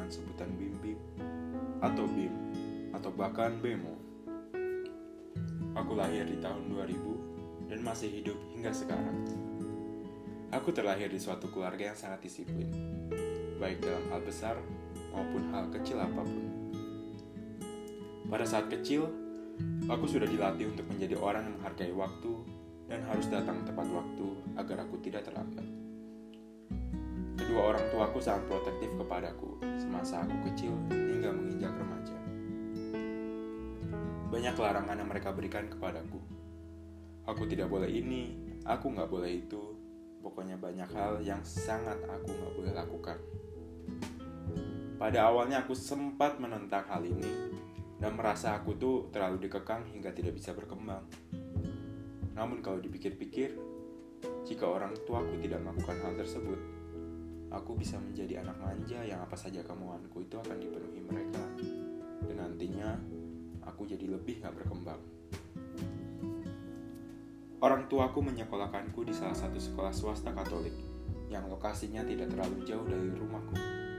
dengan sebutan Bim-Bim, atau Bim, atau bahkan Bemo. Aku lahir di tahun 2000 dan masih hidup hingga sekarang. Aku terlahir di suatu keluarga yang sangat disiplin, baik dalam hal besar maupun hal kecil apapun. Pada saat kecil, aku sudah dilatih untuk menjadi orang yang menghargai waktu dan harus datang tepat waktu agar aku tidak terlambat. Kedua orang tuaku sangat protektif kepadaku semasa aku kecil hingga menginjak remaja. Banyak larangan yang mereka berikan kepadaku. Aku tidak boleh ini, aku nggak boleh itu. Pokoknya banyak hal yang sangat aku nggak boleh lakukan. Pada awalnya aku sempat menentang hal ini dan merasa aku tuh terlalu dikekang hingga tidak bisa berkembang. Namun kalau dipikir-pikir, jika orang tuaku tidak melakukan hal tersebut, aku bisa menjadi anak manja yang apa saja kemauanku itu akan dipenuhi mereka. Dan nantinya, aku jadi lebih gak berkembang. Orang tuaku menyekolahkanku di salah satu sekolah swasta Katolik yang lokasinya tidak terlalu jauh dari rumahku.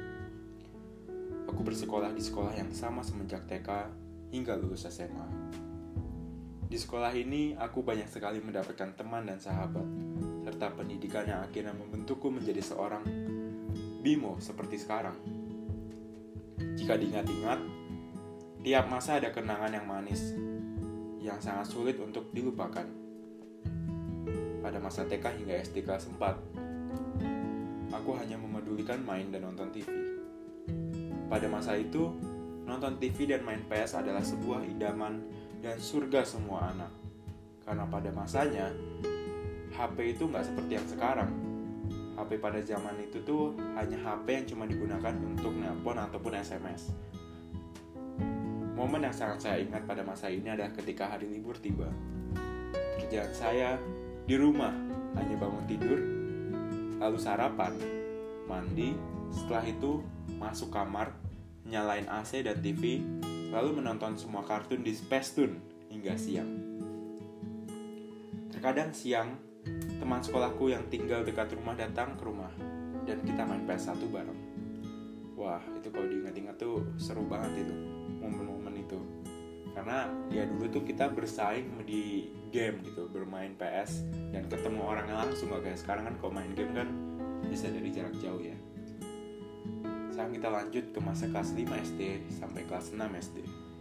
Aku bersekolah di sekolah yang sama semenjak TK hingga lulus SMA. Di sekolah ini, aku banyak sekali mendapatkan teman dan sahabat, serta pendidikan yang akhirnya membentukku menjadi seorang Bimo seperti sekarang. Jika diingat-ingat, tiap masa ada kenangan yang manis, yang sangat sulit untuk dilupakan. Pada masa TK hingga SD kelas 4, aku hanya memedulikan main dan nonton TV. Pada masa itu, nonton TV dan main PS adalah sebuah idaman dan surga semua anak. Karena pada masanya, HP itu nggak seperti yang sekarang. HP pada zaman itu tuh hanya HP yang cuma digunakan untuk nelpon ataupun SMS. Momen yang sangat saya ingat pada masa ini adalah ketika hari libur tiba. Kerjaan saya di rumah hanya bangun tidur, lalu sarapan, mandi, setelah itu masuk kamar, nyalain AC dan TV, lalu menonton semua kartun di Spacetoon hingga siang. Terkadang siang, teman sekolahku yang tinggal dekat rumah datang ke rumah dan kita main PS1 bareng. Wah, itu kalau diingat-ingat tuh seru banget itu, momen-momen itu. Karena ya dulu tuh kita bersaing di game gitu, bermain PS dan ketemu orangnya langsung, gak kayak sekarang kan kalau main game kan bisa dari jarak jauh ya. Sekarang kita lanjut ke masa kelas 5 SD sampai kelas 6 SD.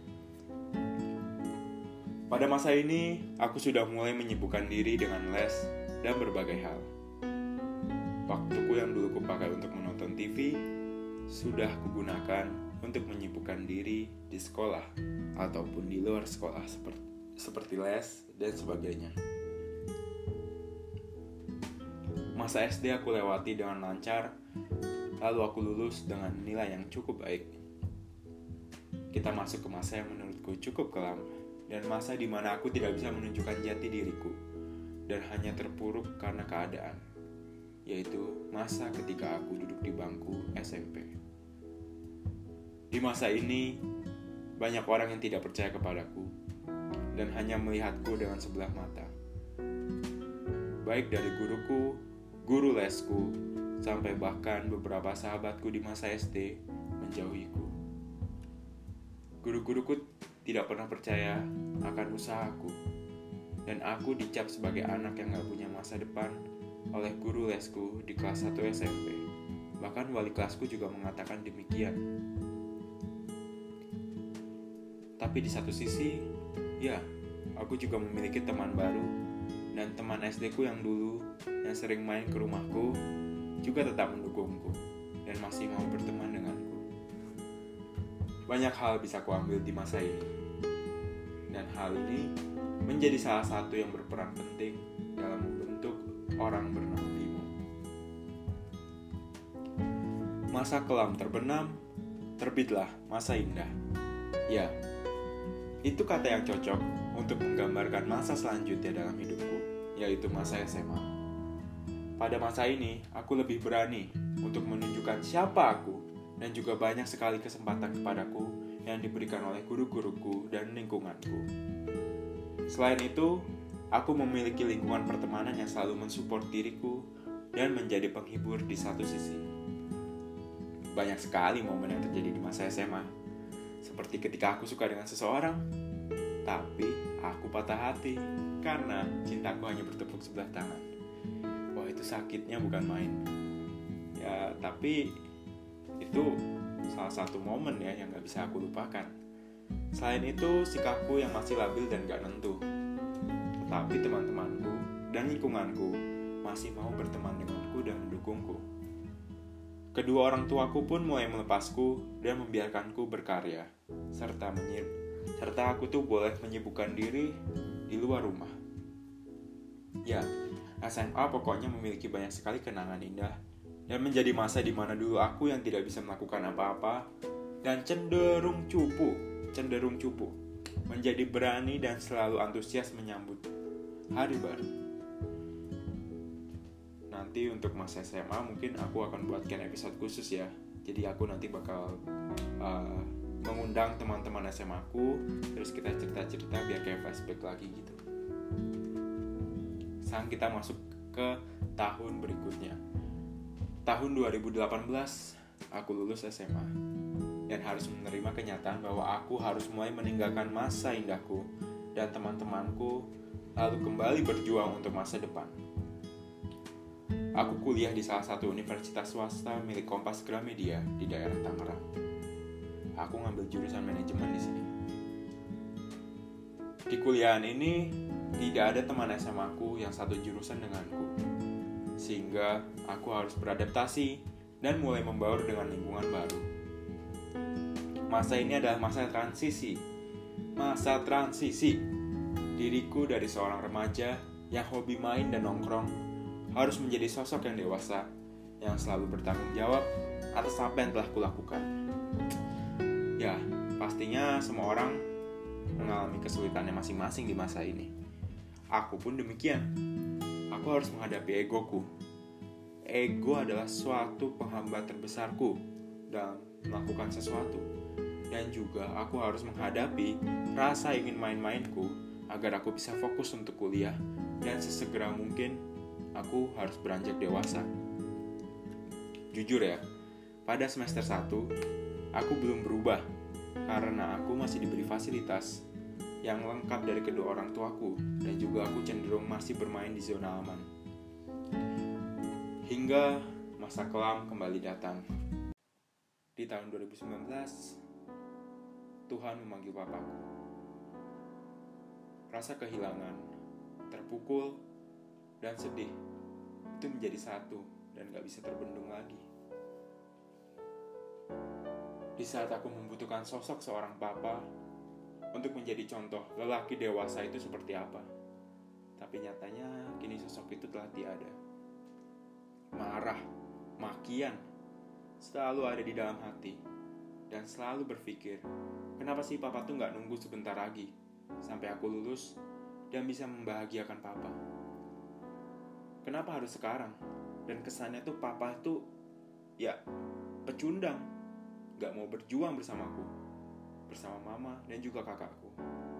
Pada masa ini, aku sudah mulai menyibukkan diri dengan les dan berbagai hal. Waktuku yang dulu kupakai untuk menonton TV, sudah kugunakan untuk menyibukkan diri di sekolah ataupun di luar sekolah seperti les dan sebagainya. Masa SD aku lewati dengan lancar, lalu aku lulus dengan nilai yang cukup baik. Kita masuk ke masa yang menurutku cukup kelam, dan masa di mana aku tidak bisa menunjukkan jati diriku, dan hanya terpuruk karena keadaan, yaitu masa ketika aku duduk di bangku SMP. Di masa ini, banyak orang yang tidak percaya kepadaku, dan hanya melihatku dengan sebelah mata. Baik dari guruku, guru lesku, sampai bahkan beberapa sahabatku di masa SD menjauhiku. Guru-guruku tidak pernah percaya akan usahaku, dan aku dicap sebagai anak yang gak punya masa depan oleh guru lesku di kelas 1 SMP. Bahkan wali kelasku juga mengatakan demikian. Tapi di satu sisi, ya, aku juga memiliki teman baru, dan teman SD ku yang dulu yang sering main ke rumahku juga tetap mendukungku dan masih mau berteman denganku. Banyak hal bisa kuambil di masa ini, dan hal ini menjadi salah satu yang berperan penting dalam membentuk orang bernama Bimo. Masa kelam terbenam, terbitlah masa indah. Ya, itu kata yang cocok untuk menggambarkan masa selanjutnya dalam hidupku, yaitu masa SMA. Pada masa ini, aku lebih berani untuk menunjukkan siapa aku, dan juga banyak sekali kesempatan kepadaku yang diberikan oleh guru-guruku dan lingkunganku. Selain itu, aku memiliki lingkungan pertemanan yang selalu mensupport diriku dan menjadi penghibur di satu sisi. banyak sekali momen yang terjadi di masa SMA. Seperti ketika aku suka dengan seseorang, tapi aku patah hati karena cintaku hanya bertepuk sebelah tangan. Wah, itu sakitnya bukan main. Ya, tapi itu salah satu momen ya yang gak bisa aku lupakan. Selain itu, sikapku yang masih labil dan gak nentu. Tetapi teman-temanku dan lingkunganku masih mau berteman denganku dan mendukungku. Kedua orang tuaku pun mulai melepasku dan membiarkanku berkarya, serta aku tuh boleh menyibukkan diri di luar rumah. Ya, SMA pokoknya memiliki banyak sekali kenangan indah dan menjadi masa di mana dulu aku yang tidak bisa melakukan apa-apa dan cenderung cupu, menjadi berani dan selalu antusias menyambut hari baru. Nanti untuk masa SMA mungkin aku akan buatkan episode khusus ya. Jadi aku nanti bakal mengundang teman-teman SMA aku, terus kita cerita-cerita biar kayak flashback lagi gitu. Sekarang kita masuk ke tahun berikutnya. Tahun 2018 aku lulus SMA dan harus menerima kenyataan bahwa aku harus mulai meninggalkan masa indahku dan teman-temanku, lalu kembali berjuang untuk masa depan. Aku kuliah di salah satu universitas swasta milik Kompas Gramedia di daerah Tangerang. Aku ngambil jurusan manajemen di sini. Di kuliahan ini tidak ada teman SMA aku yang satu jurusan denganku, sehingga aku harus beradaptasi dan mulai membaur dengan lingkungan baru. Masa ini adalah masa transisi. Diriku dari seorang remaja yang hobi main dan nongkrong harus menjadi sosok yang dewasa, yang selalu bertanggung jawab atas apa yang telah kulakukan. Ya, pastinya semua orang mengalami kesulitannya masing-masing di masa ini. Aku pun demikian. Aku harus menghadapi egoku. Ego adalah suatu penghambat terbesarku dalam melakukan sesuatu. Dan juga aku harus menghadapi rasa ingin main-mainku agar aku bisa fokus untuk kuliah dan sesegera mungkin aku harus beranjak dewasa. Jujur ya, pada semester 1, aku belum berubah karena aku masih diberi fasilitas yang lengkap dari kedua orang tuaku dan juga aku cenderung masih bermain di zona aman. Hingga masa kelam kembali datang. Di tahun 2019, Tuhan memanggil papaku. Rasa kehilangan, terpukul, dan sedih itu menjadi satu dan gak bisa terbendung lagi. Di saat aku membutuhkan sosok seorang papa untuk menjadi contoh lelaki dewasa itu seperti apa, tapi nyatanya kini sosok itu telah tiada. Marah, makian selalu ada di dalam hati dan selalu berpikir, kenapa sih papa tuh gak nunggu sebentar lagi sampai aku lulus dan bisa membahagiakan papa? Kenapa harus sekarang? Dan kesannya tuh papa tuh ya pecundang, gak mau berjuang bersamaku, bersama mama dan juga kakakku.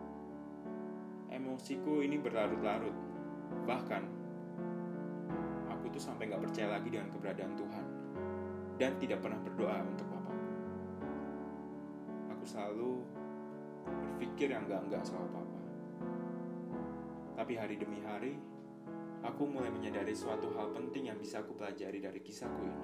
Emosiku ini berlarut-larut. Bahkan aku tuh sampai gak percaya lagi dengan keberadaan Tuhan dan tidak pernah berdoa untuk papaku. Aku selalu berpikir yang enggak soal papa. Tapi hari demi hari aku mulai menyadari suatu hal penting yang bisa aku pelajari dari kisahku ini.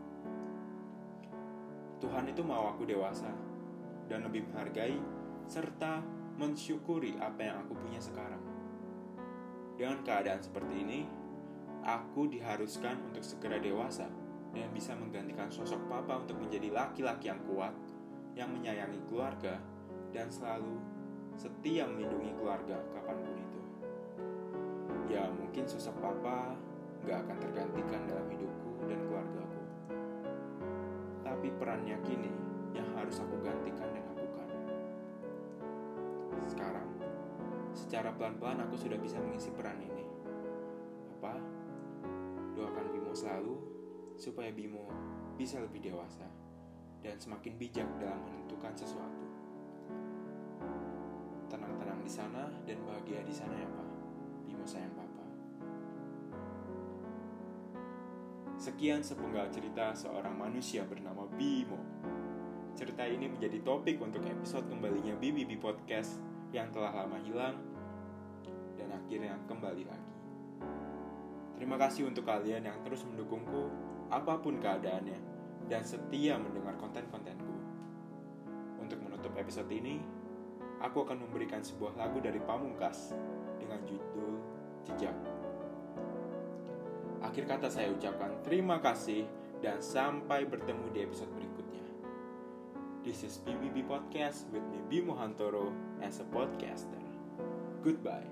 Tuhan itu mau aku dewasa dan lebih menghargai serta mensyukuri apa yang aku punya sekarang. Dengan keadaan seperti ini, aku diharuskan untuk segera dewasa dan bisa menggantikan sosok papa untuk menjadi laki-laki yang kuat, yang menyayangi keluarga, dan selalu setia melindungi keluarga kapanpun itu. Ya, mungkin sosok papa gak akan tergantikan dalam hidupku dan keluargaku. Tapi perannya kini yang harus aku gantikan dan lakukan. Sekarang, secara pelan-pelan aku sudah bisa mengisi peran ini. Papa, doakan Bimo selalu supaya Bimo bisa lebih dewasa dan semakin bijak dalam menentukan sesuatu. Tenang-tenang di sana dan bahagia di sana ya, Pak. Bimo sayang Papa. Sekian sepenggal cerita seorang manusia bernama Bimo. Cerita ini menjadi topik untuk episode kembalinya BBB Podcast yang telah lama hilang dan akhirnya kembali lagi. Terima kasih untuk kalian yang terus mendukungku apapun keadaannya dan setia mendengar konten-kontenku. Untuk menutup episode ini, aku akan memberikan sebuah lagu dari Pamungkas dengan judul Jejak. Akhir kata saya ucapkan terima kasih dan sampai bertemu di episode berikutnya. This is BBB Podcast with me Bimo Hantoro as a podcaster. Goodbye.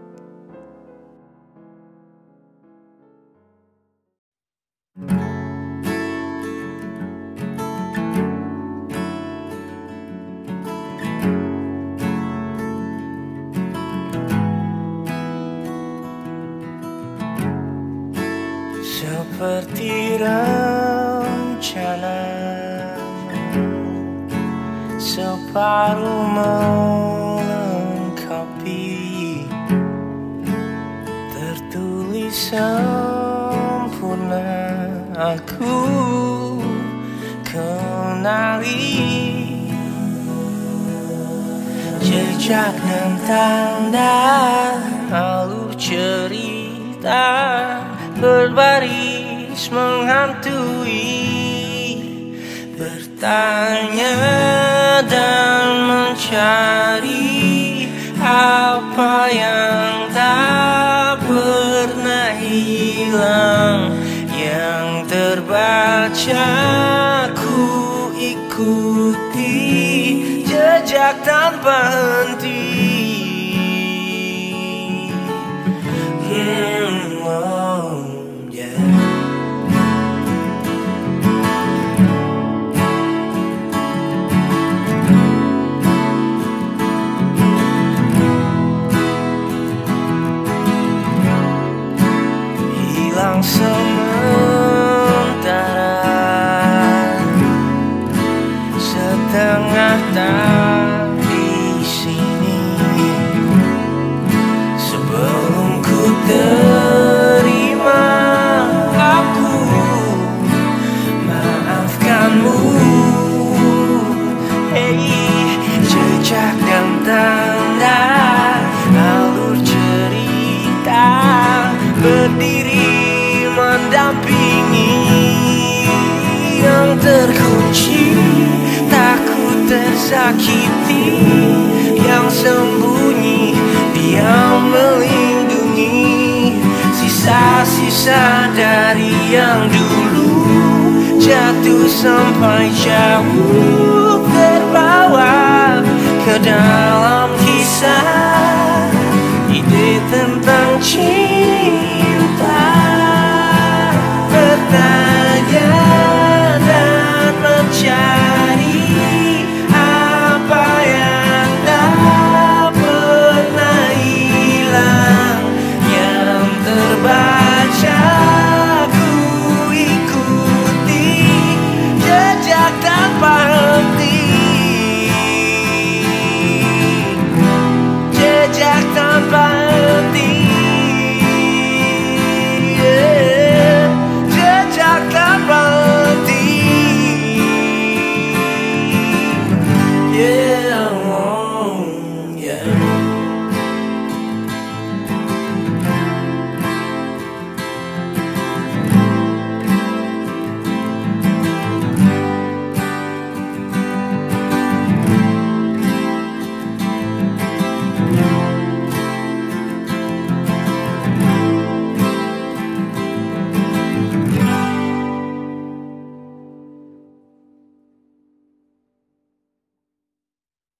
Seperti rencana, separuh melengkapi, tertulis sempurna aku kenali, jejak dan tanda alur cerita berbaris menghantui, bertanya dan mencari apa yang tak pernah hilang, yang terbaca ku ikuti, jejak tanpa henti. Hilang sementara, setengah tak di sini, sebelum ku terima aku maafkanmu. Hey, jejak dan tanda alur cerita berdiri mendampingi, yang terkunci takut tersakiti, yang sembunyi diam melindungi, sisa-sisa dari yang dulu jatuh sampai jauh terbawa ke dalam kisah.